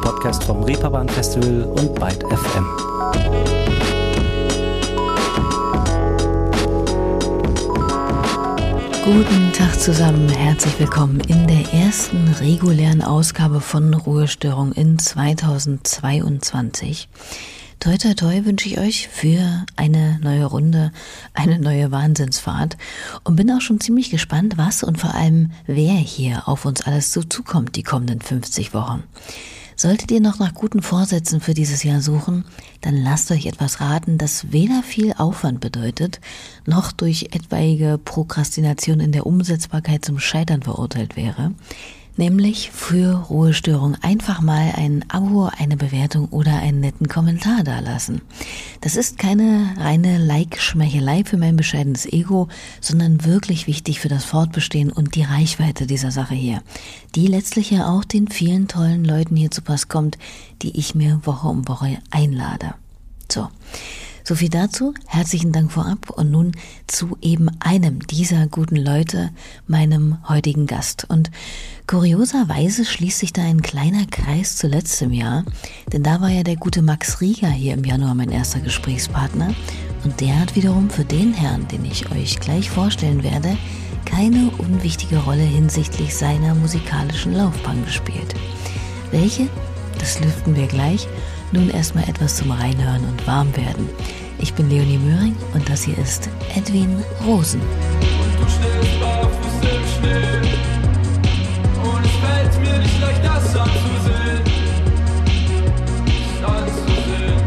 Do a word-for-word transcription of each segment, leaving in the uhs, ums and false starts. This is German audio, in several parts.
Podcast vom Reeperbahn Festival und Byte F M. Guten Tag zusammen, herzlich willkommen in der ersten regulären Ausgabe von Ruhestörung in zweitausendzweiundzwanzig. Toi toi toi wünsche ich euch für eine neue Runde, eine neue Wahnsinnsfahrt und bin auch schon ziemlich gespannt, was und vor allem wer hier auf uns alles so zukommt die kommenden fünfzig Wochen. Solltet ihr noch nach guten Vorsätzen für dieses Jahr suchen, dann lasst euch etwas raten, das weder viel Aufwand bedeutet, noch durch etwaige Prokrastination in der Umsetzbarkeit zum Scheitern verurteilt wäre. Nämlich für Ruhestörung einfach mal ein Abo, eine Bewertung oder einen netten Kommentar dalassen. Das ist keine reine Like-Schmeichelei für mein bescheidenes Ego, sondern wirklich wichtig für das Fortbestehen und die Reichweite dieser Sache hier, die letztlich ja auch den vielen tollen Leuten hier zu Pass kommt, die ich mir Woche um Woche einlade. So. So viel dazu, herzlichen Dank vorab und nun zu eben einem dieser guten Leute, meinem heutigen Gast. Und kurioserweise schließt sich da ein kleiner Kreis zu letztem Jahr, denn da war ja der gute Max Rieger hier im Januar mein erster Gesprächspartner und der hat wiederum für den Herrn, den ich euch gleich vorstellen werde, keine unwichtige Rolle hinsichtlich seiner musikalischen Laufbahn gespielt. Welche? Das lüften wir gleich. Nun erstmal etwas zum Reinhören und Warmwerden. Ich bin Leonie Möhring und das hier ist Edwin Rosen. Und du stehst barfuß im Schnee und es fällt mir nicht leicht, das anzusehen, anzusehen.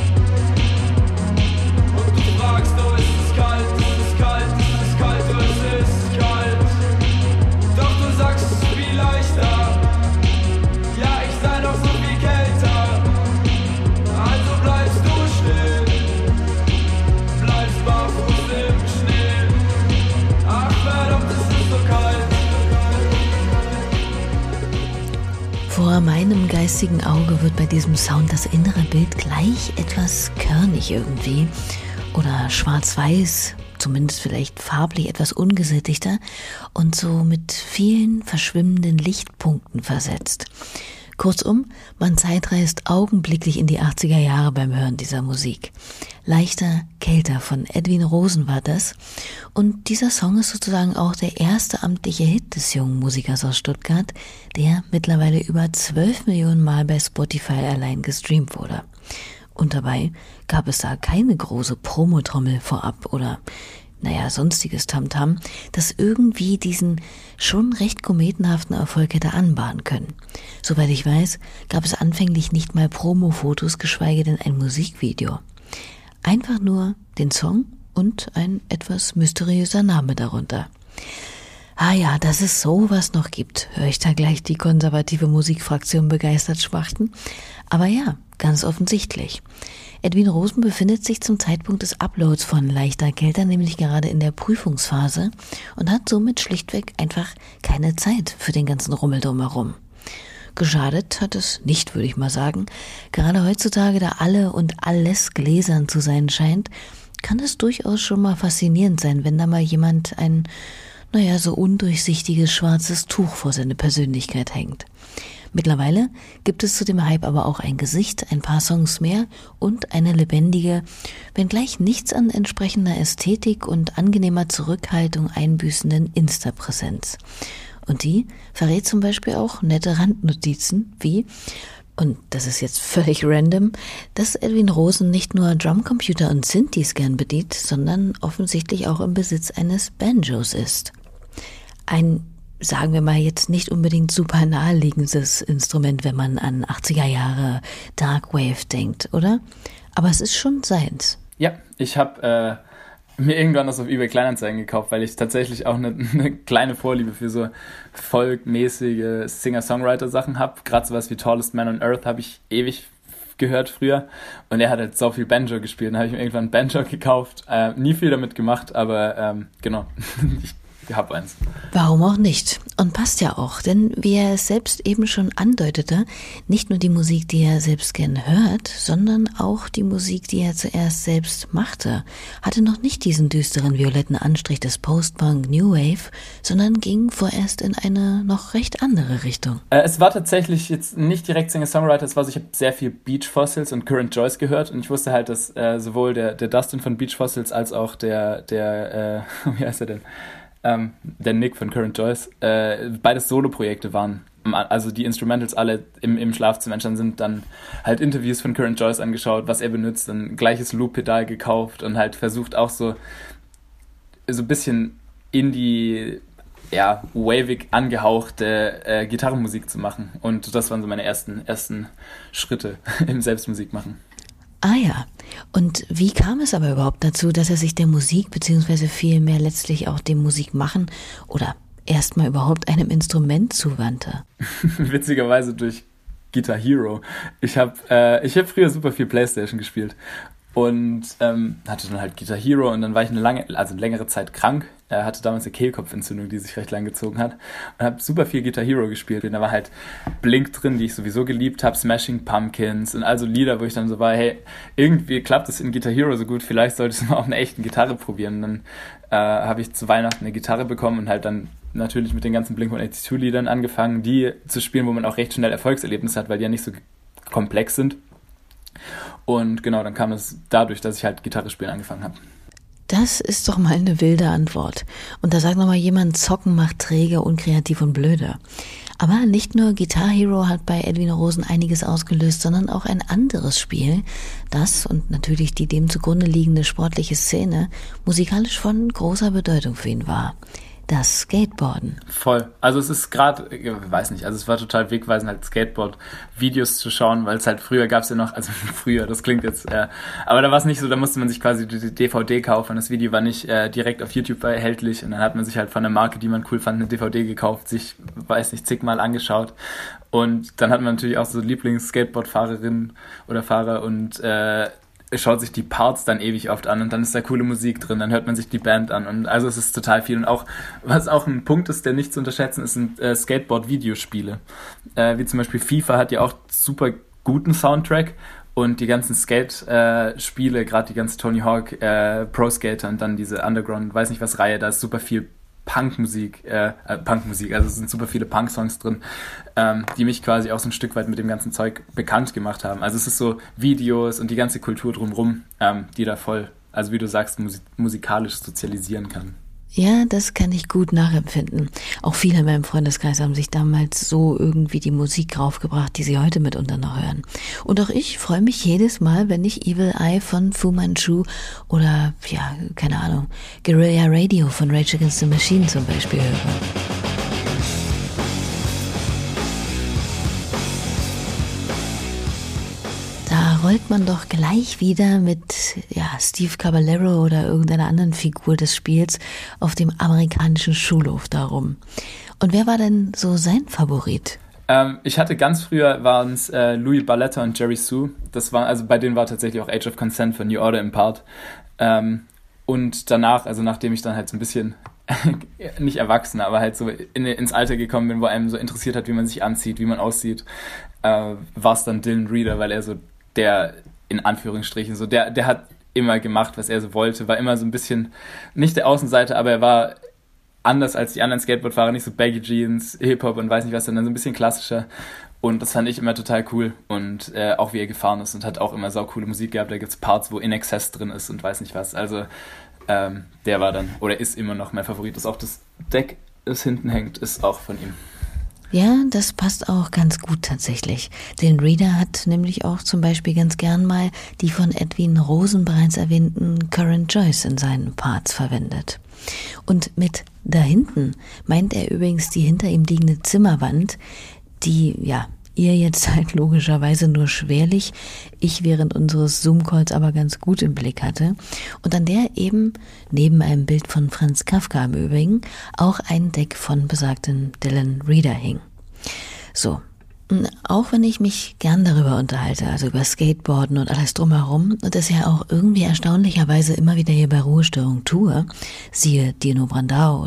Und du fragst, oh, ist es kalt, ist es kalt, ist es kalt, oh, es ist kalt. Doch du sagst, es ist viel leichter, ja, ich sei noch so viel kälter. Also bleibst du stehen, bleibst barfuß im Schnee. Ach verdammt, es ist so kalt. Vor meinem geistigen Auge wird bei diesem Sound das innere Bild gleich etwas körnig irgendwie oder schwarz-weiß, zumindest vielleicht farblich etwas ungesättigter und so mit vielen verschwimmenden Lichtpunkten versetzt. Kurzum, man zeitreist augenblicklich in die achtziger Jahre beim Hören dieser Musik. Leichter, kälter von Edwin Rosen war das. Und dieser Song ist sozusagen auch der erste amtliche Hit des jungen Musikers aus Stuttgart, der mittlerweile über zwölf Millionen Mal bei Spotify allein gestreamt wurde. Und dabei gab es da keine große Promotrommel vorab oder naja, sonstiges Tamtam, das irgendwie diesen schon recht kometenhaften Erfolg hätte anbahnen können. Soweit ich weiß, gab es anfänglich nicht mal Promo-Fotos, geschweige denn ein Musikvideo. Einfach nur den Song und ein etwas mysteriöser Name darunter. Ah ja, dass es sowas noch gibt, höre ich da gleich die konservative Musikfraktion begeistert schmachten. Aber ja, ganz offensichtlich. Edwin Rosen befindet sich zum Zeitpunkt des Uploads von Leichter Kälter nämlich gerade in der Prüfungsphase und hat somit schlichtweg einfach keine Zeit für den ganzen Rummel drumherum. Geschadet hat es nicht, würde ich mal sagen. Gerade heutzutage, da alle und alles gläsern zu sein scheint, kann es durchaus schon mal faszinierend sein, wenn da mal jemand ein, naja, so undurchsichtiges schwarzes Tuch vor seine Persönlichkeit hängt. Mittlerweile gibt es zu dem Hype aber auch ein Gesicht, ein paar Songs mehr und eine lebendige, wenngleich nichts an entsprechender Ästhetik und angenehmer Zurückhaltung einbüßenden Insta-Präsenz. Und die verrät zum Beispiel auch nette Randnotizen wie, und das ist jetzt völlig random, dass Edwin Rosen nicht nur Drumcomputer und Synthes gern bedient, sondern offensichtlich auch im Besitz eines Banjos ist. Ein sagen wir mal jetzt nicht unbedingt super naheliegendes Instrument, wenn man an achtziger Jahre Darkwave denkt, oder? Aber es ist schon seins. Ja, ich habe äh, mir irgendwann das auf eBay Kleinanzeigen gekauft, weil ich tatsächlich auch eine, eine kleine Vorliebe für so folkmäßige Singer-Songwriter-Sachen habe. Gerade sowas wie Tallest Man on Earth habe ich ewig gehört früher und er hat halt so viel Banjo gespielt. Dann habe ich mir irgendwann ein Banjo gekauft, äh, nie viel damit gemacht, aber ähm, genau, ich hab eins. Warum auch nicht? Und passt ja auch, denn wie er es selbst eben schon andeutete, nicht nur die Musik, die er selbst gern hört, sondern auch die Musik, die er zuerst selbst machte, hatte noch nicht diesen düsteren violetten Anstrich des Post-Punk New Wave, sondern ging vorerst in eine noch recht andere Richtung. Äh, es war tatsächlich jetzt nicht direkt Singer-Songwriter, es war so, ich habe sehr viel Beach Fossils und Current Joyce gehört und ich wusste halt, dass äh, sowohl der, der Dustin von Beach Fossils als auch der, der äh, wie heißt er denn? Ähm, der Nick von Current Joyce, äh, beides Solo-Projekte waren. Also die Instrumentals alle im, im Schlafzimmer entstanden sind, dann halt Interviews von Current Joyce angeschaut, was er benutzt, ein gleiches Loop-Pedal gekauft und halt versucht auch so, so ein bisschen Indie, ja, wavig angehauchte äh, Gitarrenmusik zu machen. Und das waren so meine ersten, ersten Schritte im Selbstmusikmachen. Ah ja, und wie kam es aber überhaupt dazu, dass er sich der Musik beziehungsweise vielmehr letztlich auch dem Musikmachen oder erstmal überhaupt einem Instrument zuwandte? Witzigerweise durch Guitar Hero. Ich habe äh, ich hab früher super viel PlayStation gespielt und ähm, hatte dann halt Guitar Hero und dann war ich eine lange, also eine längere Zeit krank. Er hatte damals eine Kehlkopfentzündung, die sich recht lang gezogen hat und habe super viel Guitar Hero gespielt. Und da war halt Blink drin, die ich sowieso geliebt habe, Smashing Pumpkins und also Lieder, wo ich dann so war, hey, irgendwie klappt es in Guitar Hero so gut, vielleicht sollte ich es mal auf einer echten Gitarre probieren. Und dann äh, habe ich zu Weihnachten eine Gitarre bekommen und halt dann natürlich mit den ganzen Blink one eighty-two Liedern angefangen, die zu spielen, wo man auch recht schnell Erfolgserlebnisse hat, weil die ja nicht so komplex sind. Und genau, dann kam es dadurch, dass ich halt Gitarre spielen angefangen habe. Das ist doch mal eine wilde Antwort. Und da sagt nochmal jemand, Zocken macht träge, unkreativ und blöde. Aber nicht nur Guitar Hero hat bei Edwin Rosen einiges ausgelöst, sondern auch ein anderes Spiel, das und natürlich die dem zugrunde liegende sportliche Szene musikalisch von großer Bedeutung für ihn war. Das Skateboarden. Voll. Also es ist gerade, ich weiß nicht, also es war total wegweisend, halt Skateboard-Videos zu schauen, weil es halt früher gab es ja noch, also früher, das klingt jetzt, äh, aber da war es nicht so, da musste man sich quasi die D V D kaufen und das Video war nicht äh, direkt auf YouTube erhältlich und dann hat man sich halt von der Marke, die man cool fand, eine D V D gekauft, sich, weiß nicht, zigmal angeschaut und dann hat man natürlich auch so Lieblings-Skateboard-Fahrerinnen oder Fahrer und äh, schaut sich die Parts dann ewig oft an und dann ist da coole Musik drin, dann hört man sich die Band an und also es ist total viel und auch, was auch ein Punkt ist, der nicht zu unterschätzen ist, sind äh, Skateboard-Videospiele. Äh, wie zum Beispiel FIFA hat ja auch super guten Soundtrack und die ganzen Skate-Spiele, äh, gerade die ganze Tony Hawk äh, Pro Skater und dann diese Underground, weiß nicht was Reihe, da ist super viel Punkmusik, äh, äh, Punkmusik, also es sind super viele Punk-Songs drin, ähm, die mich quasi auch so ein Stück weit mit dem ganzen Zeug bekannt gemacht haben. Also es ist so Videos und die ganze Kultur drumherum, ähm, die da voll, also wie du sagst, musik- musikalisch sozialisieren kann. Ja, das kann ich gut nachempfinden. Auch viele in meinem Freundeskreis haben sich damals so irgendwie die Musik raufgebracht, die sie heute mitunter noch hören. Und auch ich freue mich jedes Mal, wenn ich Evil Eye von Fu Manchu oder, ja, keine Ahnung, Guerilla Radio von Rage Against the Machine zum Beispiel höre. Rollt man doch gleich wieder mit ja, Steve Caballero oder irgendeiner anderen Figur des Spiels auf dem amerikanischen Schulhof darum. Und wer war denn so sein Favorit? Ähm, ich hatte ganz früher waren es äh, Louis Barletta und Jerry Sue. Das war, also bei denen war tatsächlich auch Age of Consent von New Order im Part. Ähm, und danach, also nachdem ich dann halt so ein bisschen nicht erwachsen, aber halt so in, ins Alter gekommen bin, wo einem so interessiert hat, wie man sich anzieht, wie man aussieht, äh, war es dann Dylan Reeder, weil er so der, in Anführungsstrichen, so, der, der hat immer gemacht, was er so wollte, war immer so ein bisschen, nicht der Außenseiter, aber er war anders als die anderen Skateboardfahrer, nicht so Baggy Jeans, Hip-Hop und weiß nicht was, sondern so ein bisschen klassischer und das fand ich immer total cool und äh, auch wie er gefahren ist und hat auch immer saucoole Musik gehabt, da gibt's Parts, wo In Excess drin ist und weiß nicht was, also ähm, der war dann, oder ist immer noch mein Favorit, das auch das Deck, das hinten hängt, ist auch von ihm. Ja, das passt auch ganz gut tatsächlich. Den Reeder hat nämlich auch zum Beispiel ganz gern mal die von Edwin Rosen bereits erwähnten Current Joyce in seinen Parts verwendet. Und mit da hinten meint er übrigens die hinter ihm liegende Zimmerwand, die, ja, ihr jetzt halt logischerweise nur schwerlich, ich während unseres Zoom-Calls aber ganz gut im Blick hatte und an der eben neben einem Bild von Franz Kafka im Übrigen auch ein Deck von besagten Dylan Reeder hing. So, auch wenn ich mich gern darüber unterhalte, also über Skateboarden und alles drumherum und das ja auch irgendwie erstaunlicherweise immer wieder hier bei Ruhestörung tue, siehe Dino Brandau oder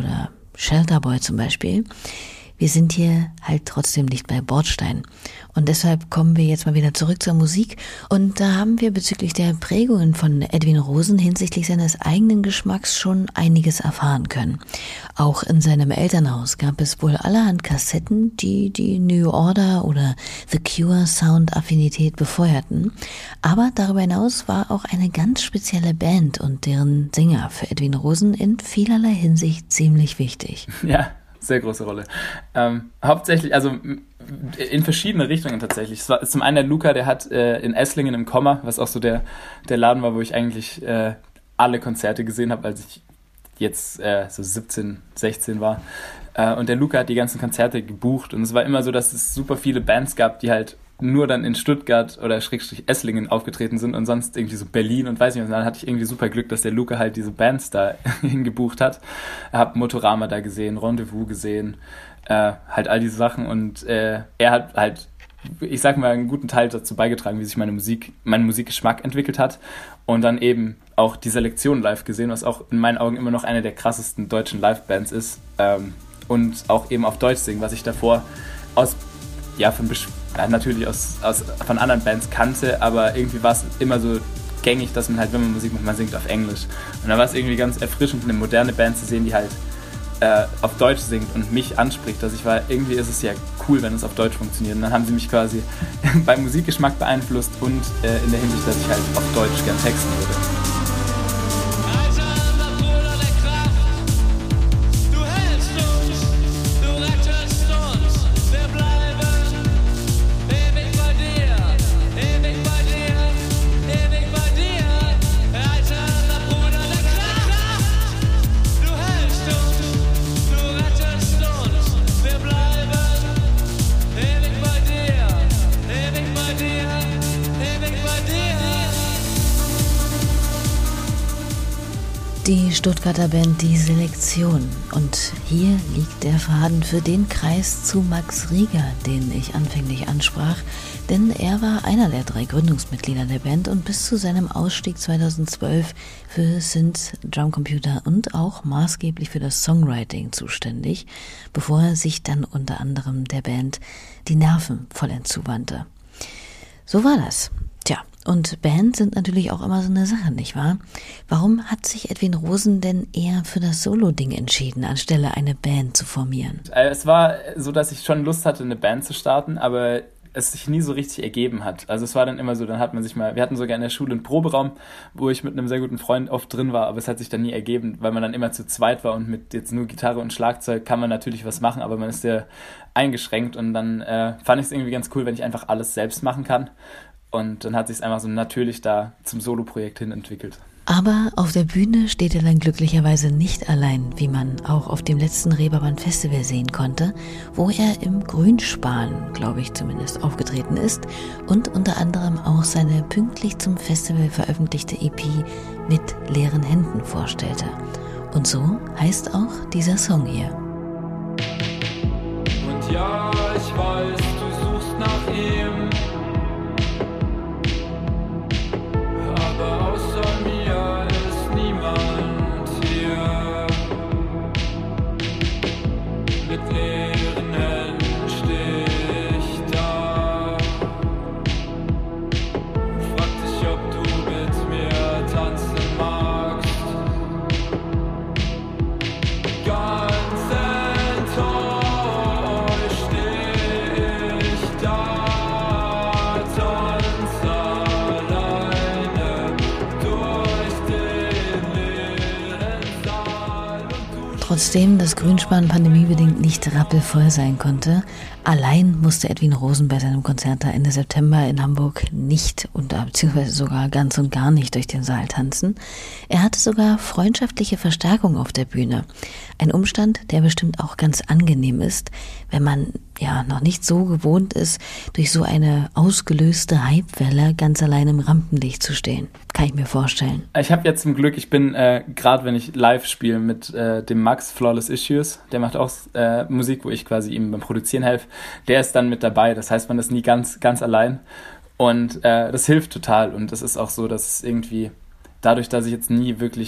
Shelterboy zum Beispiel. Wir sind hier halt trotzdem nicht bei Bordstein. Und deshalb kommen wir jetzt mal wieder zurück zur Musik. Und da haben wir bezüglich der Prägungen von Edwin Rosen hinsichtlich seines eigenen Geschmacks schon einiges erfahren können. Auch in seinem Elternhaus gab es wohl allerhand Kassetten, die die New Order oder The Cure Sound-Affinität befeuerten. Aber darüber hinaus war auch eine ganz spezielle Band und deren Sänger für Edwin Rosen in vielerlei Hinsicht ziemlich wichtig. Ja. Sehr große Rolle. Ähm, hauptsächlich, also in verschiedene Richtungen tatsächlich. Es war zum einen der Luca, der hat äh, in Esslingen im Komma, was auch so der, der Laden war, wo ich eigentlich äh, alle Konzerte gesehen habe, als ich jetzt äh, so siebzehn, sechzehn war. Äh, und der Luca hat die ganzen Konzerte gebucht. Und es war immer so, dass es super viele Bands gab, die halt nur dann in Stuttgart oder Schrägstrich Esslingen aufgetreten sind und sonst irgendwie so Berlin und weiß nicht was. Und dann hatte ich irgendwie super Glück, dass der Luca halt diese Bands da hingebucht hat. Ich habe Motorama da gesehen, Rendezvous gesehen, äh, halt all diese Sachen und äh, er hat halt, ich sag mal, einen guten Teil dazu beigetragen, wie sich meine Musik, mein Musikgeschmack entwickelt hat und dann eben auch die Selektion live gesehen, was auch in meinen Augen immer noch eine der krassesten deutschen Live-Bands ist ähm, und auch eben auf Deutsch singen, was ich davor aus, ja, von Besch- Ja, natürlich aus, aus, von anderen Bands kannte, aber irgendwie war es immer so gängig, dass man halt, wenn man Musik macht, man singt auf Englisch. Und da war es irgendwie ganz erfrischend, eine moderne Band zu sehen, die halt äh, auf Deutsch singt und mich anspricht. Also ich war, irgendwie ist es ja cool, wenn es auf Deutsch funktioniert. Und dann haben sie mich quasi beim Musikgeschmack beeinflusst und äh, in der Hinsicht, dass ich halt auf Deutsch gern texten würde. Die Stuttgarter Band Die Selektion. Und hier liegt der Faden für den Kreis zu Max Rieger, den ich anfänglich ansprach, denn er war einer der drei Gründungsmitglieder der Band und bis zu seinem Ausstieg zweitausendzwölf für Synth, Drumcomputer und auch maßgeblich für das Songwriting zuständig, bevor er sich dann unter anderem der Band Die Nerven vollends zuwandte. So war das. Tja, und Bands sind natürlich auch immer so eine Sache, nicht wahr? Warum hat sich Edwin Rosen denn eher für das Solo-Ding entschieden, anstelle eine Band zu formieren? Es war so, dass ich schon Lust hatte, eine Band zu starten, aber es sich nie so richtig ergeben hat. Also es war dann immer so, dann hat man sich mal, wir hatten sogar in der Schule einen Proberaum, wo ich mit einem sehr guten Freund oft drin war, aber es hat sich dann nie ergeben, weil man dann immer zu zweit war und mit jetzt nur Gitarre und Schlagzeug kann man natürlich was machen, aber man ist sehr eingeschränkt und dann äh, fand ich es irgendwie ganz cool, wenn ich einfach alles selbst machen kann. Und dann hat sich es einfach so natürlich da zum Solo-Projekt hin entwickelt. Aber auf der Bühne steht er dann glücklicherweise nicht allein, wie man auch auf dem letzten Reeperbahn Festival sehen konnte, wo er im Grünspan, glaube ich zumindest, aufgetreten ist und unter anderem auch seine pünktlich zum Festival veröffentlichte E P Mit leeren Händen vorstellte. Und so heißt auch dieser Song hier. Und ja, ich weiß, du suchst nach ihm. Aber außer mir ist niemand hier. Mit leeren Händen steh ich da. Frag dich, ob du mit mir tanzen magst. Ganz enttäuscht steh ich da, tanz alleine durch den leeren Saal. Trotzdem das Grünspan pandemiebedingt nicht rappelvoll sein konnte, allein musste Edwin Rosen bei seinem Konzert da Ende September in Hamburg nicht und beziehungsweise sogar ganz und gar nicht durch den Saal tanzen. Er hatte sogar freundschaftliche Verstärkung auf der Bühne. Ein Umstand, der bestimmt auch ganz angenehm ist, wenn man ja noch nicht so gewohnt ist, durch so eine ausgelöste Hypewelle ganz allein im Rampenlicht zu stehen. Kann ich mir vorstellen. Ich habe jetzt zum Glück, ich bin äh, gerade, wenn ich live spiele mit äh, dem Max Flawless Issues, der macht auch äh, Musik, wo ich quasi ihm beim Produzieren helfe, der ist dann mit dabei. Das heißt, man ist nie ganz, ganz allein und äh, das hilft total und es ist auch so, dass es irgendwie, dadurch, dass ich jetzt nie wirklich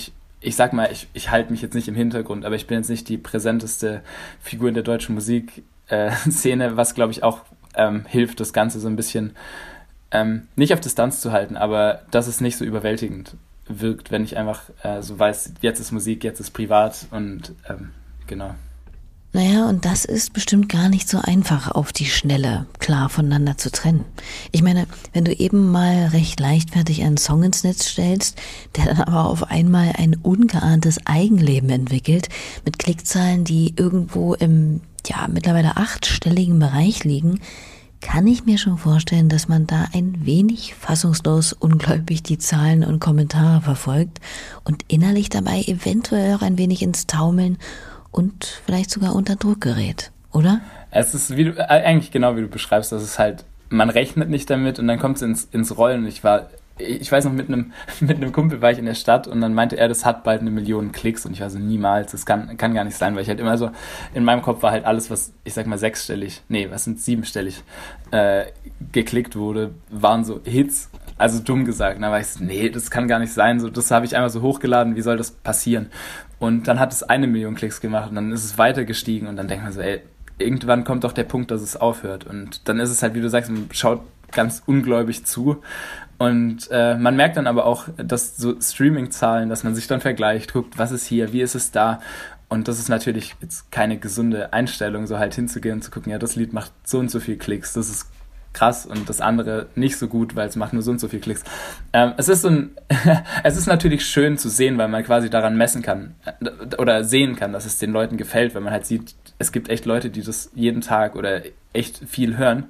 ich sag mal, ich, ich halte mich jetzt nicht im Hintergrund, aber ich bin jetzt nicht die präsenteste Figur in der deutschen Musikszene, äh, was, glaube ich, auch ähm, hilft, das Ganze so ein bisschen ähm, nicht auf Distanz zu halten, aber dass es nicht so überwältigend wirkt, wenn ich einfach äh, so weiß, jetzt ist Musik, jetzt ist privat und ähm, genau. Naja, und das ist bestimmt gar nicht so einfach auf die Schnelle klar voneinander zu trennen. Ich meine, wenn du eben mal recht leichtfertig einen Song ins Netz stellst, der dann aber auf einmal ein ungeahntes Eigenleben entwickelt, mit Klickzahlen, die irgendwo im, ja, mittlerweile achtstelligen Bereich liegen, kann ich mir schon vorstellen, dass man da ein wenig fassungslos ungläubig die Zahlen und Kommentare verfolgt und innerlich dabei eventuell auch ein wenig ins Taumeln und vielleicht sogar unter Druck gerät, oder? Es ist wie du, eigentlich genau wie du beschreibst, dass es halt, man rechnet nicht damit und dann kommt es ins, ins Rollen. Ich war, ich weiß noch, mit einem, mit einem Kumpel war ich in der Stadt und dann meinte er, das hat bald eine Million Klicks und ich war so, niemals, das kann, kann gar nicht sein, weil ich halt immer so, in meinem Kopf war halt alles, was, ich sag mal, sechsstellig, nee, was sind siebenstellig, äh, geklickt wurde, waren so Hits, also dumm gesagt. Und dann war ich so, nee, das kann gar nicht sein, so, das habe ich einmal so hochgeladen, wie soll das passieren? Und dann hat es eine Million Klicks gemacht und dann ist es weiter gestiegen und dann denkt man so, ey, irgendwann kommt doch der Punkt, dass es aufhört. Und dann ist es halt, wie du sagst, man schaut ganz ungläubig zu. Und äh, man merkt dann aber auch, dass so Streaming-Zahlen, dass man sich dann vergleicht, guckt, was ist hier, wie ist es da. Und das ist natürlich jetzt keine gesunde Einstellung, so halt hinzugehen und zu gucken, ja, das Lied macht so und so viel Klicks, das ist krass und das andere nicht so gut, weil es macht nur so und so viel Klicks. Ähm, es ist so ein, es ist natürlich schön zu sehen, weil man quasi daran messen kann äh, oder sehen kann, dass es den Leuten gefällt, weil man halt sieht, es gibt echt Leute, die das jeden Tag oder echt viel hören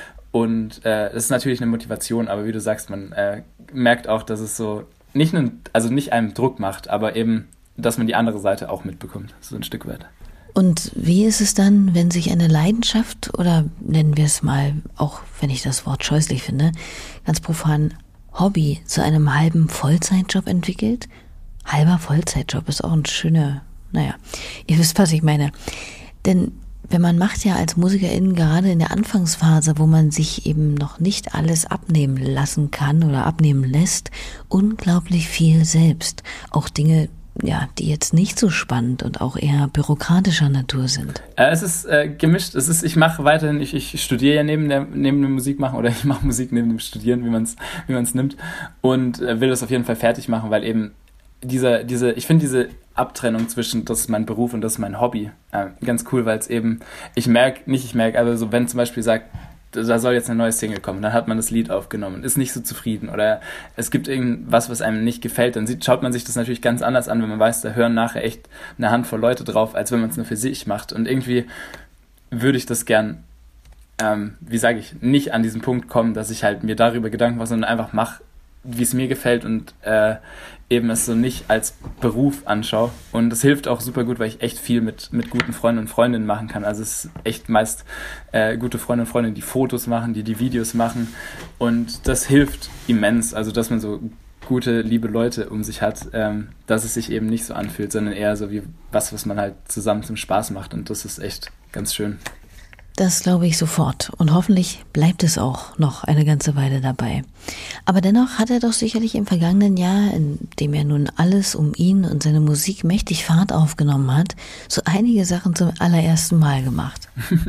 und äh, das ist natürlich eine Motivation, aber wie du sagst, man äh, merkt auch, dass es so nicht einen, also nicht einem Druck macht, aber eben, dass man die andere Seite auch mitbekommt, so ein Stück weit. Und wie ist es dann, wenn sich eine Leidenschaft oder nennen wir es mal, auch wenn ich das Wort scheußlich finde, ganz profan Hobby zu einem halben Vollzeitjob entwickelt? Halber Vollzeitjob ist auch ein schöner, naja, ihr wisst, was ich meine. Denn wenn man macht ja als Musikerin gerade in der Anfangsphase, wo man sich eben noch nicht alles abnehmen lassen kann oder abnehmen lässt, unglaublich viel selbst. Auch Dinge, ja, die jetzt nicht so spannend und auch eher bürokratischer Natur sind. Äh, es ist äh, gemischt. Es ist, ich mache weiterhin, ich, ich studiere ja neben der neben dem Musik machen oder ich mache Musik neben dem Studieren, wie man es wie man es nimmt und äh, will das auf jeden Fall fertig machen, weil eben dieser diese ich finde diese Abtrennung zwischen das ist mein Beruf und das ist mein Hobby äh, ganz cool, weil es eben ich merke nicht ich merke also so wenn zum Beispiel sagt da soll jetzt eine neue Single kommen, dann hat man das Lied aufgenommen, ist nicht so zufrieden oder es gibt irgendwas, was einem nicht gefällt, dann sieht, schaut man sich das natürlich ganz anders an, wenn man weiß, da hören nachher echt eine Handvoll Leute drauf, als wenn man es nur für sich macht und irgendwie würde ich das gern, ähm, wie sage ich, nicht an diesen Punkt kommen, dass ich halt mir darüber Gedanken mache, sondern einfach mache, wie es mir gefällt und äh, eben es so nicht als Beruf anschaue. Und das hilft auch super gut, weil ich echt viel mit, mit guten Freunden und Freundinnen machen kann. Also es ist echt meist äh, gute Freunde und Freundinnen, die Fotos machen, die die Videos machen. Und das hilft immens, also dass man so gute, liebe Leute um sich hat, ähm, dass es sich eben nicht so anfühlt, sondern eher so wie was, was man halt zusammen zum Spaß macht. Und das ist echt ganz schön. Das glaube ich sofort. Und hoffentlich bleibt es auch noch eine ganze Weile dabei. Aber dennoch hat er doch sicherlich im vergangenen Jahr, in dem er nun alles um ihn und seine Musik mächtig Fahrt aufgenommen hat, so einige Sachen zum allerersten Mal gemacht.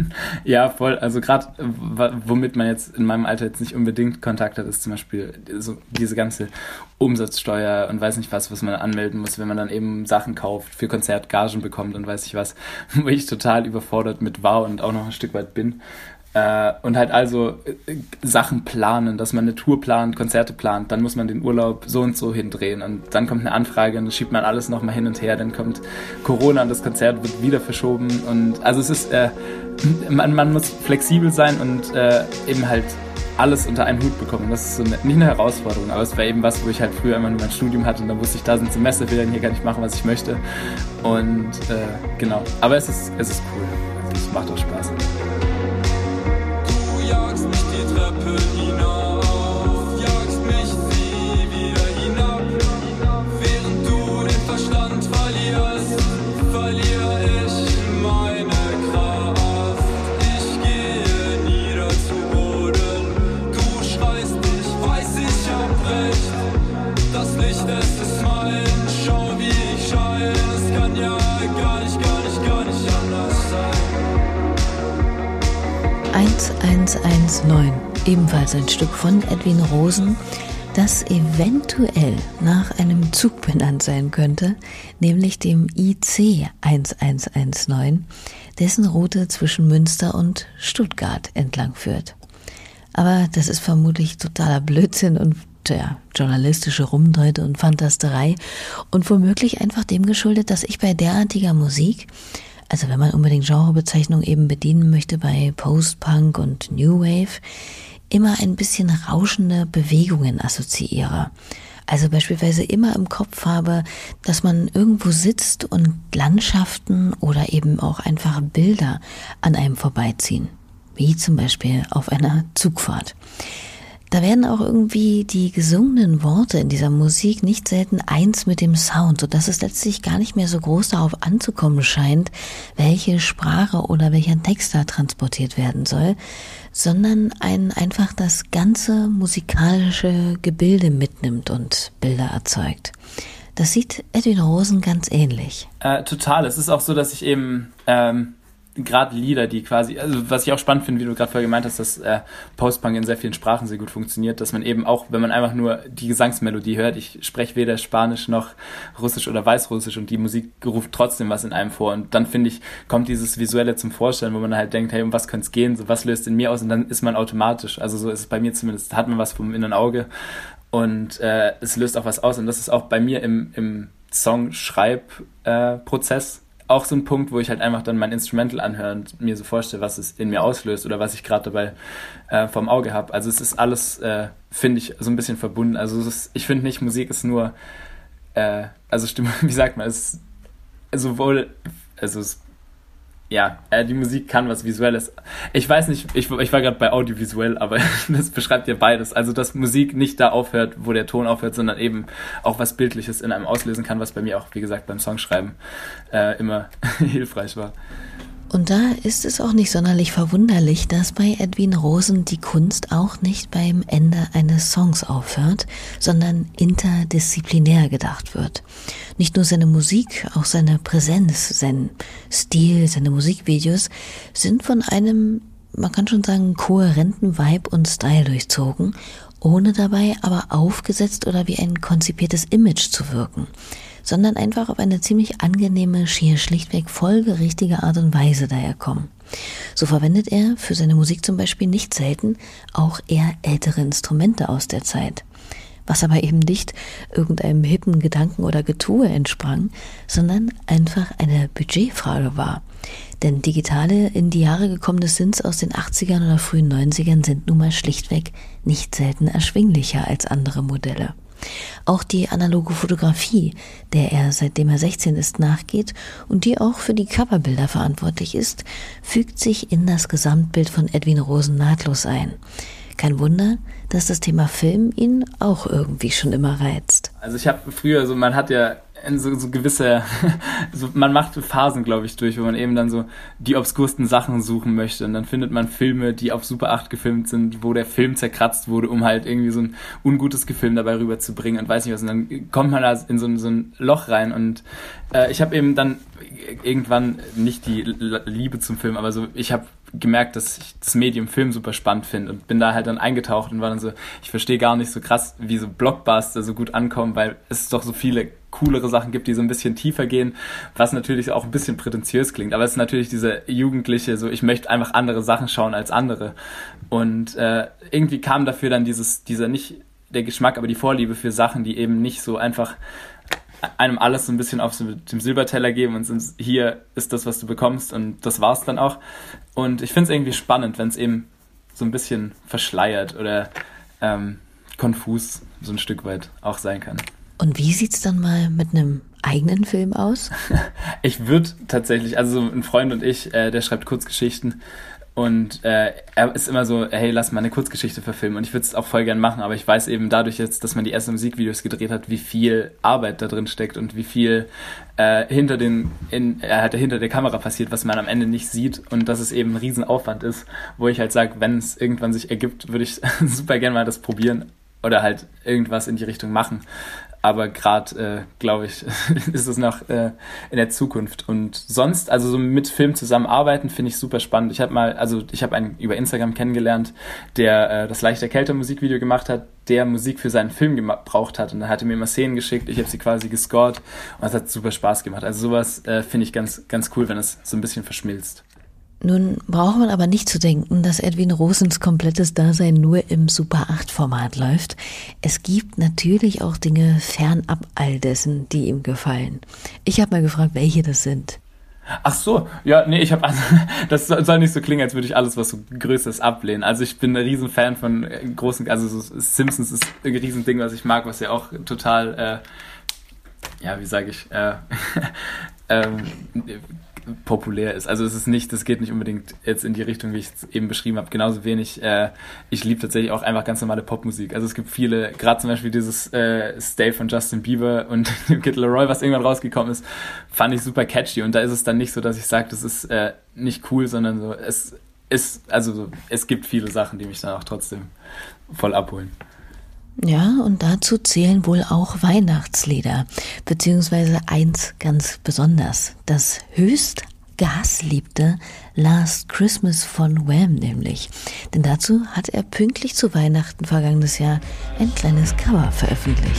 Ja, voll. Also gerade, womit man jetzt in meinem Alter jetzt nicht unbedingt Kontakt hat, ist zum Beispiel so diese ganze Umsatzsteuer und weiß nicht was, was man anmelden muss, wenn man dann eben Sachen kauft, für Konzertgagen bekommt und weiß ich was, wo ich total überfordert mit war und auch noch ein Stück weit bin. Äh, und halt also äh, Sachen planen, dass man eine Tour plant, Konzerte plant, dann muss man den Urlaub so und so hindrehen und dann kommt eine Anfrage und dann schiebt man alles nochmal hin und her, dann kommt Corona und das Konzert wird wieder verschoben und also es ist, äh, man, man muss flexibel sein und äh, eben halt alles unter einen Hut bekommen. Das ist so eine, nicht eine Herausforderung, aber es war eben was, wo ich halt früher immer nur mein Studium hatte und dann wusste ich, da sind Semesterferien, hier kann ich machen, was ich möchte. Und äh, genau. Aber es ist, es ist cool. Also es macht auch Spaß. Du jagst mich die Treppe hinauf, jagst mich sie wieder hinab. Während du den Verstand verlierst, verliere ich meine Kraft. Ich gehe nieder zu Boden, du schreist, ich weiß, ich hab recht. Das Licht, es ist mein, schau wie ich eins eins eins neun, ebenfalls ein Stück von Edwin Rosen, das eventuell nach einem Zug benannt sein könnte, nämlich dem I C eins eins eins neun, dessen Route zwischen Münster und Stuttgart entlang führt. Aber das ist vermutlich totaler Blödsinn und ja, journalistische Rumdeute und Fantasterei und womöglich einfach dem geschuldet, dass ich bei derartiger Musik, also wenn man unbedingt Genrebezeichnung eben bedienen möchte bei Post-Punk und New Wave, immer ein bisschen rauschende Bewegungen assoziiere. Also beispielsweise immer im Kopf habe, dass man irgendwo sitzt und Landschaften oder eben auch einfach Bilder an einem vorbeiziehen. Wie zum Beispiel auf einer Zugfahrt. Da werden auch irgendwie die gesungenen Worte in dieser Musik nicht selten eins mit dem Sound, sodass es letztlich gar nicht mehr so groß darauf anzukommen scheint, welche Sprache oder welcher Text da transportiert werden soll, sondern einen einfach das ganze musikalische Gebilde mitnimmt und Bilder erzeugt. Das sieht Edwin Rosen ganz ähnlich. Äh, total. Es ist auch so, dass ich eben ähm gerade Lieder, die quasi, also was ich auch spannend finde, wie du gerade vorher gemeint hast, dass äh, Post-Punk in sehr vielen Sprachen sehr gut funktioniert, dass man eben auch, wenn man einfach nur die Gesangsmelodie hört, ich spreche weder Spanisch noch Russisch oder Weißrussisch und die Musik ruft trotzdem was in einem vor und dann finde ich, kommt dieses Visuelle zum Vorstellen, wo man halt denkt, hey, um was könnte es gehen, so was löst in mir aus und dann ist man automatisch, also so ist es bei mir zumindest, hat man was vom inneren Auge und äh, es löst auch was aus und das ist auch bei mir im, im Song-Schreib-Prozess äh, auch so ein Punkt, wo ich halt einfach dann mein Instrumental anhöre und mir so vorstelle, was es in mir auslöst oder was ich gerade dabei äh, vom Auge habe. Also es ist alles, äh, finde ich, so ein bisschen verbunden. Also es ist, ich finde nicht, Musik ist nur, äh, also Stimme, wie sagt man, es ist sowohl, also es ja, äh, die Musik kann was Visuelles. Ich weiß nicht, ich, ich war gerade bei audiovisuell, aber das beschreibt ja beides. Also, dass Musik nicht da aufhört, wo der Ton aufhört, sondern eben auch was Bildliches in einem auslösen kann, was bei mir auch, wie gesagt, beim Songschreiben äh, immer hilfreich war. Und da ist es auch nicht sonderlich verwunderlich, dass bei Edwin Rosen die Kunst auch nicht beim Ende eines Songs aufhört, sondern interdisziplinär gedacht wird. Nicht nur seine Musik, auch seine Präsenz, sein Stil, seine Musikvideos sind von einem, man kann schon sagen, kohärenten Vibe und Style durchzogen, ohne dabei aber aufgesetzt oder wie ein konzipiertes Image zu wirken, sondern einfach auf eine ziemlich angenehme, schier schlichtweg folgerichtige Art und Weise daherkommen. So verwendet er für seine Musik zum Beispiel nicht selten auch eher ältere Instrumente aus der Zeit, was aber eben nicht irgendeinem hippen Gedanken oder Getue entsprang, sondern einfach eine Budgetfrage war. Denn digitale, in die Jahre gekommene Synths aus den achtzigern oder frühen neunzigern sind nun mal schlichtweg nicht selten erschwinglicher als andere Modelle. Auch die analoge Fotografie, der er seitdem er sechzehn ist nachgeht und die auch für die Coverbilder verantwortlich ist, fügt sich in das Gesamtbild von Edwin Rosen nahtlos ein. Kein Wunder, dass das Thema Film ihn auch irgendwie schon immer reizt. Also ich habe früher, so man hat ja so, so gewisse, so man macht Phasen, glaube ich, durch, wo man eben dann so die obskursten Sachen suchen möchte und dann findet man Filme, die auf Super acht gefilmt sind, wo der Film zerkratzt wurde, um halt irgendwie so ein ungutes Gefilm dabei rüberzubringen und weiß nicht was und dann kommt man da in so, so ein Loch rein und äh, ich habe eben dann irgendwann nicht die Liebe zum Film, aber so ich habe gemerkt, dass ich das Medium Film super spannend finde und bin da halt dann eingetaucht und war dann so, ich verstehe gar nicht so krass, wie so Blockbuster so gut ankommen, weil es doch so viele coolere Sachen gibt, die so ein bisschen tiefer gehen, was natürlich auch ein bisschen prätentiös klingt, aber es ist natürlich diese jugendliche, so ich möchte einfach andere Sachen schauen als andere und äh, irgendwie kam dafür dann dieses, dieser nicht der Geschmack, aber die Vorliebe für Sachen, die eben nicht so einfach einem alles so ein bisschen auf dem Silberteller geben und hier ist das, was du bekommst und das war's dann auch. Und ich finde es irgendwie spannend, wenn es eben so ein bisschen verschleiert oder ähm, konfus so ein Stück weit auch sein kann. Und wie sieht's dann mal mit einem eigenen Film aus? Ich würde tatsächlich, also ein Freund und ich, äh, der schreibt Kurzgeschichten und äh, er ist immer so, hey, lass mal eine Kurzgeschichte verfilmen und ich würde es auch voll gern machen, aber ich weiß eben dadurch jetzt, dass man die ersten Musikvideos gedreht hat, wie viel Arbeit da drin steckt und wie viel äh, hinter den in, äh, hinter der Kamera passiert, was man am Ende nicht sieht und dass es eben ein Riesenaufwand ist, wo ich halt sage, wenn es irgendwann sich ergibt, würde ich super gern mal das probieren oder halt irgendwas in die Richtung machen. aber gerade, äh, glaube ich, ist es noch äh, in der Zukunft. Und sonst, also so mit Film zusammenarbeiten, finde ich super spannend. Ich habe mal, also ich habe einen über Instagram kennengelernt, der äh, das Leicht erkälter Musikvideo gemacht hat, der Musik für seinen Film gebraucht hat. Und dann hat er mir immer Szenen geschickt, ich habe sie quasi gescored und das hat super Spaß gemacht. Also sowas äh, finde ich ganz, ganz cool, wenn es so ein bisschen verschmilzt. Nun braucht man aber nicht zu denken, dass Edwin Rosens komplettes Dasein nur im Super acht Format läuft. Es gibt natürlich auch Dinge fernab all dessen, die ihm gefallen. Ich habe mal gefragt, welche das sind. Ach so, ja, nee, ich habe, also, das soll nicht so klingen, als würde ich alles, was so Größeres ablehnen. Also ich bin ein riesen Fan von großen, also so Simpsons ist ein riesen Ding, was ich mag, was ja auch total, äh, ja, wie sage ich, äh, ähm, populär ist. Also es ist nicht, das geht nicht unbedingt jetzt in die Richtung, wie ich es eben beschrieben habe. Genauso wenig, äh, ich liebe tatsächlich auch einfach ganz normale Popmusik. Also es gibt viele, gerade zum Beispiel dieses äh, Stay von Justin Bieber und Kid Laroi, was irgendwann rausgekommen ist, fand ich super catchy. Und da ist es dann nicht so, dass ich sage, das ist äh, nicht cool, sondern so, es ist, also so, es gibt viele Sachen, die mich dann auch trotzdem voll abholen. Ja, und dazu zählen wohl auch Weihnachtslieder, beziehungsweise eins ganz besonders, das höchst gehassliebte Last Christmas von Wham nämlich. Denn dazu hat er pünktlich zu Weihnachten vergangenes Jahr ein kleines Cover veröffentlicht.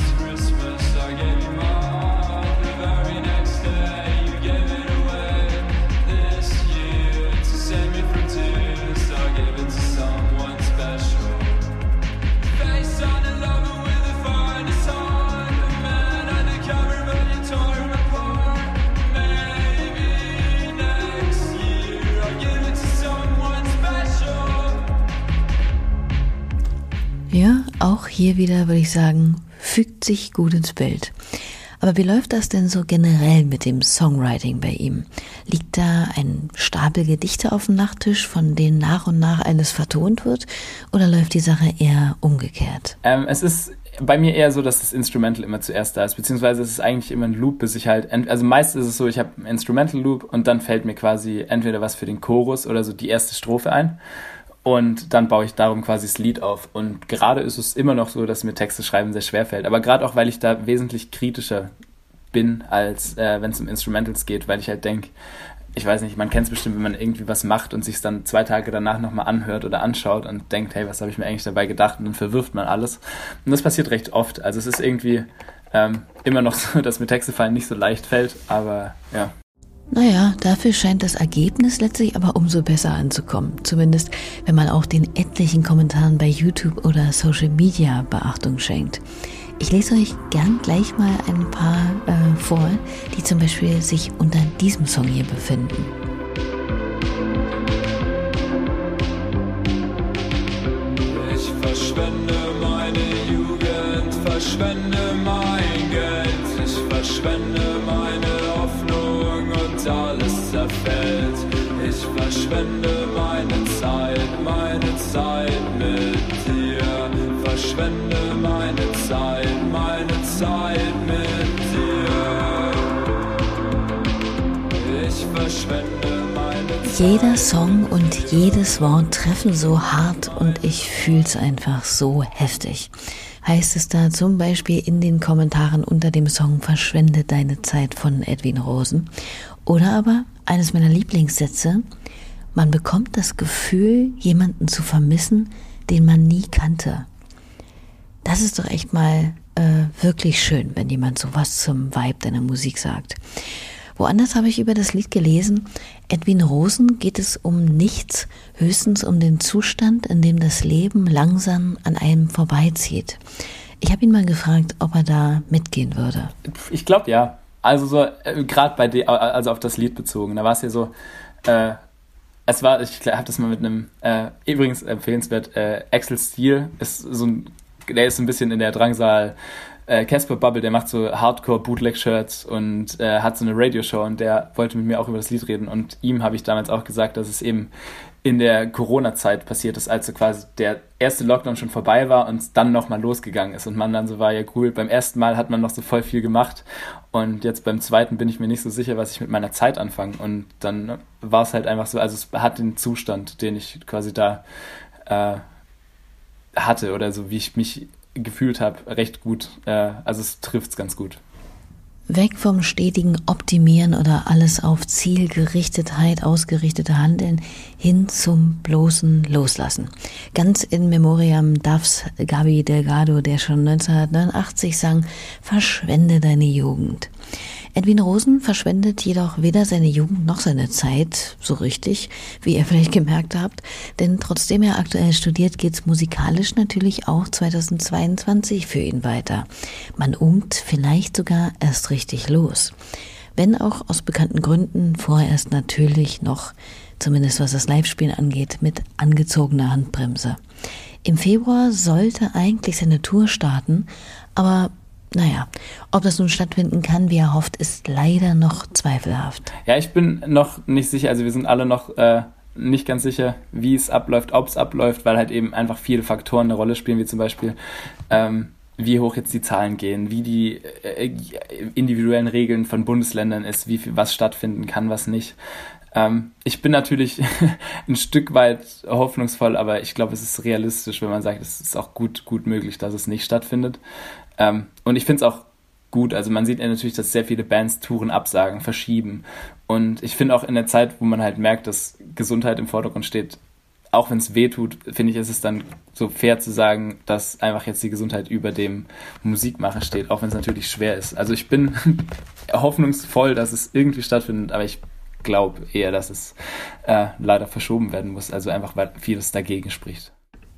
Ja, auch hier wieder würde ich sagen, fügt sich gut ins Bild. Aber wie läuft das denn so generell mit dem Songwriting bei ihm? Liegt da ein Stapel Gedichte auf dem Nachttisch, von denen nach und nach eines vertont wird? Oder läuft die Sache eher umgekehrt? Ähm, es ist bei mir eher so, dass das Instrumental immer zuerst da ist, beziehungsweise es ist eigentlich immer ein Loop, bis ich halt, ent- also meist ist es so, ich habe einen Instrumental Loop und dann fällt mir quasi entweder was für den Chorus oder so die erste Strophe ein. Und dann baue ich darum quasi das Lied auf. Und gerade ist es immer noch so, dass mir Texte schreiben sehr schwer fällt. Aber gerade auch, weil ich da wesentlich kritischer bin, als äh, wenn es um Instrumentals geht, weil ich halt denke, ich weiß nicht, man kennt es bestimmt, wenn man irgendwie was macht und sich es dann zwei Tage danach nochmal anhört oder anschaut und denkt, hey, was habe ich mir eigentlich dabei gedacht? Und dann verwirft man alles. Und das passiert recht oft. Also es ist irgendwie ähm, immer noch so, dass mir Texte fallen nicht so leicht fällt, aber ja. Naja, dafür scheint das Ergebnis letztlich aber umso besser anzukommen. Zumindest, wenn man auch den etlichen Kommentaren bei YouTube oder Social Media Beachtung schenkt. Ich lese euch gern gleich mal ein paar äh, vor, die zum Beispiel sich unter diesem Song hier befinden. Ich verschwende meine Jugend, verschwende mein Geld, ich verschwende meine Hoffnung und alles zerfällt. Ich verschwende meine Zeit, meine Zeit mit dir. Verschwende meine Zeit, meine Zeit mit dir. Ich verschwende meine Zeit. Jeder Song und jedes Wort treffen so hart und ich fühl's einfach so heftig. Heißt es da zum Beispiel in den Kommentaren unter dem Song Verschwende deine Zeit von Edwin Rosen. Oder aber eines meiner Lieblingssätze, man bekommt das Gefühl, jemanden zu vermissen, den man nie kannte. Das ist doch echt mal äh, wirklich schön, wenn jemand sowas zum Vibe deiner Musik sagt. Woanders habe ich über das Lied gelesen, Edwin Rosen geht es um nichts, höchstens um den Zustand, in dem das Leben langsam an einem vorbeizieht. Ich habe ihn mal gefragt, ob er da mitgehen würde. Ich glaube ja. Also so, äh, gerade bei de, also auf das Lied bezogen, da war es ja so, äh, es war, ich habe das mal mit einem, äh, übrigens empfehlenswert, äh, Axel Steele ist so ein, der ist so ein bisschen in der Drangsal Casper Bubble, der macht so Hardcore-Bootleg-Shirts und äh, hat so eine Radioshow und der wollte mit mir auch über das Lied reden und ihm habe ich damals auch gesagt, dass es eben in der Corona-Zeit passiert ist, als so quasi der erste Lockdown schon vorbei war und dann nochmal losgegangen ist und man dann so war, ja cool, beim ersten Mal hat man noch so voll viel gemacht und jetzt beim zweiten bin ich mir nicht so sicher, was ich mit meiner Zeit anfange und dann war es halt einfach so, also es hat den Zustand, den ich quasi da äh, hatte oder so, wie ich mich gefühlt habe, recht gut. Äh, also es trifft es ganz gut. Weg vom stetigen Optimieren oder alles auf Zielgerichtetheit ausgerichtete Handeln hin zum bloßen Loslassen. Ganz in Memoriam Duffs Gaby Delgado, der schon neunzehnhundertneunundachtzig sang, verschwende deine Jugend. Edwin Rosen verschwendet jedoch weder seine Jugend noch seine Zeit so richtig, wie ihr vielleicht gemerkt habt, denn trotzdem er aktuell studiert, geht's musikalisch natürlich auch zweitausendzweiundzwanzig für ihn weiter. Man ungt vielleicht sogar erst richtig los. Wenn auch aus bekannten Gründen vorerst natürlich noch, zumindest was das Live-Spielen angeht, mit angezogener Handbremse. Im Februar sollte eigentlich seine Tour starten, aber naja, ob das nun stattfinden kann, wie er hofft, ist leider noch zweifelhaft. Ja, ich bin noch nicht sicher, also wir sind alle noch äh, nicht ganz sicher, wie es abläuft, ob es abläuft, weil halt eben einfach viele Faktoren eine Rolle spielen, wie zum Beispiel, ähm, wie hoch jetzt die Zahlen gehen, wie die äh, individuellen Regeln von Bundesländern ist, wie viel was stattfinden kann, was nicht. Ähm, ich bin natürlich ein Stück weit hoffnungsvoll, aber ich glaube, es ist realistisch, wenn man sagt, es ist auch gut, gut möglich, dass es nicht stattfindet. Ähm, und ich finde es auch gut, also man sieht ja natürlich, dass sehr viele Bands Touren absagen, verschieben. Und ich finde auch in der Zeit, wo man halt merkt, dass Gesundheit im Vordergrund steht, auch wenn es weh tut, finde ich, ist es dann so fair zu sagen, dass einfach jetzt die Gesundheit über dem Musikmachen steht, auch wenn es natürlich schwer ist. Also ich bin hoffnungsvoll, dass es irgendwie stattfindet, aber ich glaube eher, dass es äh, leider verschoben werden muss, also einfach, weil vieles dagegen spricht.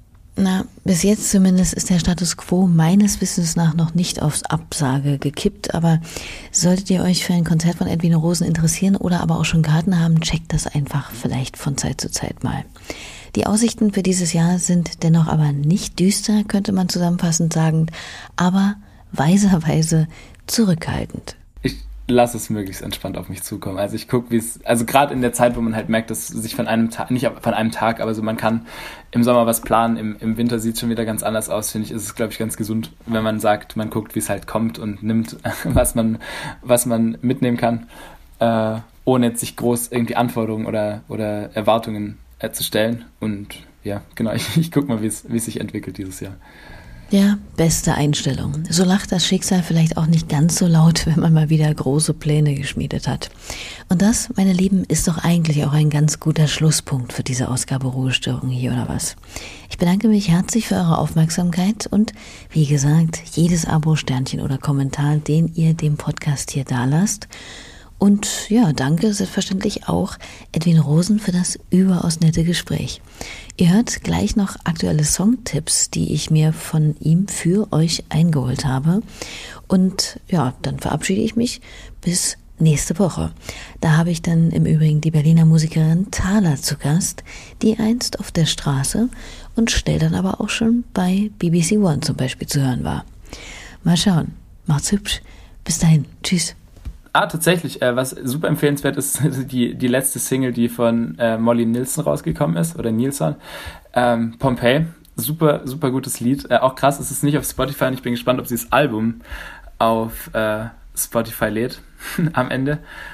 Na, bis jetzt zumindest ist der Status quo meines Wissens nach noch nicht aufs Absage gekippt, aber solltet ihr euch für ein Konzert von Edwin Rosen interessieren oder aber auch schon Karten haben, checkt das einfach vielleicht von Zeit zu Zeit mal. Die Aussichten für dieses Jahr sind dennoch aber nicht düster, könnte man zusammenfassend sagen, aber weiserweise zurückhaltend. Ich lass es möglichst entspannt auf mich zukommen. Also ich gucke, wie es, also gerade in der Zeit, wo man halt merkt, dass sich von einem Tag, nicht von einem Tag, aber so man kann im Sommer was planen, im, im Winter sieht es schon wieder ganz anders aus, finde ich, ist es, glaube ich, ganz gesund, wenn man sagt, man guckt, wie es halt kommt und nimmt, was man, was man mitnehmen kann, äh, ohne jetzt sich groß irgendwie Anforderungen oder, oder Erwartungen äh, zu stellen. Und ja, genau, ich, ich gucke mal, wie es, wie es sich entwickelt dieses Jahr. Ja, beste Einstellung. So lacht das Schicksal vielleicht auch nicht ganz so laut, wenn man mal wieder große Pläne geschmiedet hat. Und das, meine Lieben, ist doch eigentlich auch ein ganz guter Schlusspunkt für diese Ausgabe Ruhestörung hier oder was. Ich bedanke mich herzlich für eure Aufmerksamkeit und wie gesagt, jedes Abo, Sternchen oder Kommentar, den ihr dem Podcast hier dalasst. Und ja, danke selbstverständlich auch Edwin Rosen für das überaus nette Gespräch. Ihr hört gleich noch aktuelle Songtipps, die ich mir von ihm für euch eingeholt habe. Und ja, dann verabschiede ich mich bis nächste Woche. Da habe ich dann im Übrigen die Berliner Musikerin Thaler zu Gast, die einst auf der Straße und schnell dann aber auch schon bei B B C One zum Beispiel zu hören war. Mal schauen. Macht's hübsch. Bis dahin. Tschüss. Ah, tatsächlich, äh, was super empfehlenswert ist, die, die letzte Single, die von äh, Molly Nilsson rausgekommen ist, oder Nilsson, ähm, Pompeii, super, super gutes Lied. Äh, auch krass, es ist nicht auf Spotify und ich bin gespannt, ob sie das Album auf äh, Spotify lädt am Ende.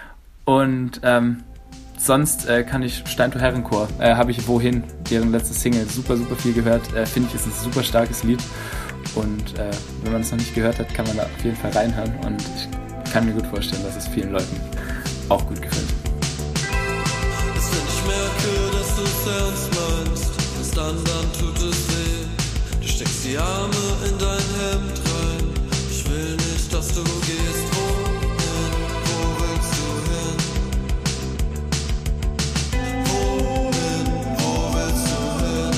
Und ähm, sonst äh, kann ich Steintor Herrenchor, äh, habe ich Wohin, deren letzte Single, super, super viel gehört. Äh, Finde ich, ist ein super starkes Lied. Und äh, wenn man es noch nicht gehört hat, kann man da auf jeden Fall reinhören. Und ich Ich kann mir gut vorstellen, dass es vielen Leuten auch gut gefällt. Erst wenn ich merke, dass du es ernst meinst, erst dann tut es weh. Du steckst die Arme in dein Hemd rein. Ich will nicht, dass du gehst. Wohin, wo willst du hin? Wohin, wo willst du hin?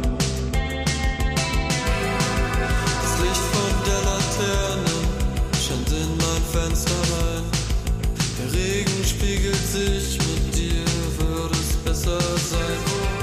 Das Licht von der Laterne scheint in mein Fenster rein. Der Regen spiegelt sich, mit dir würde es besser sein.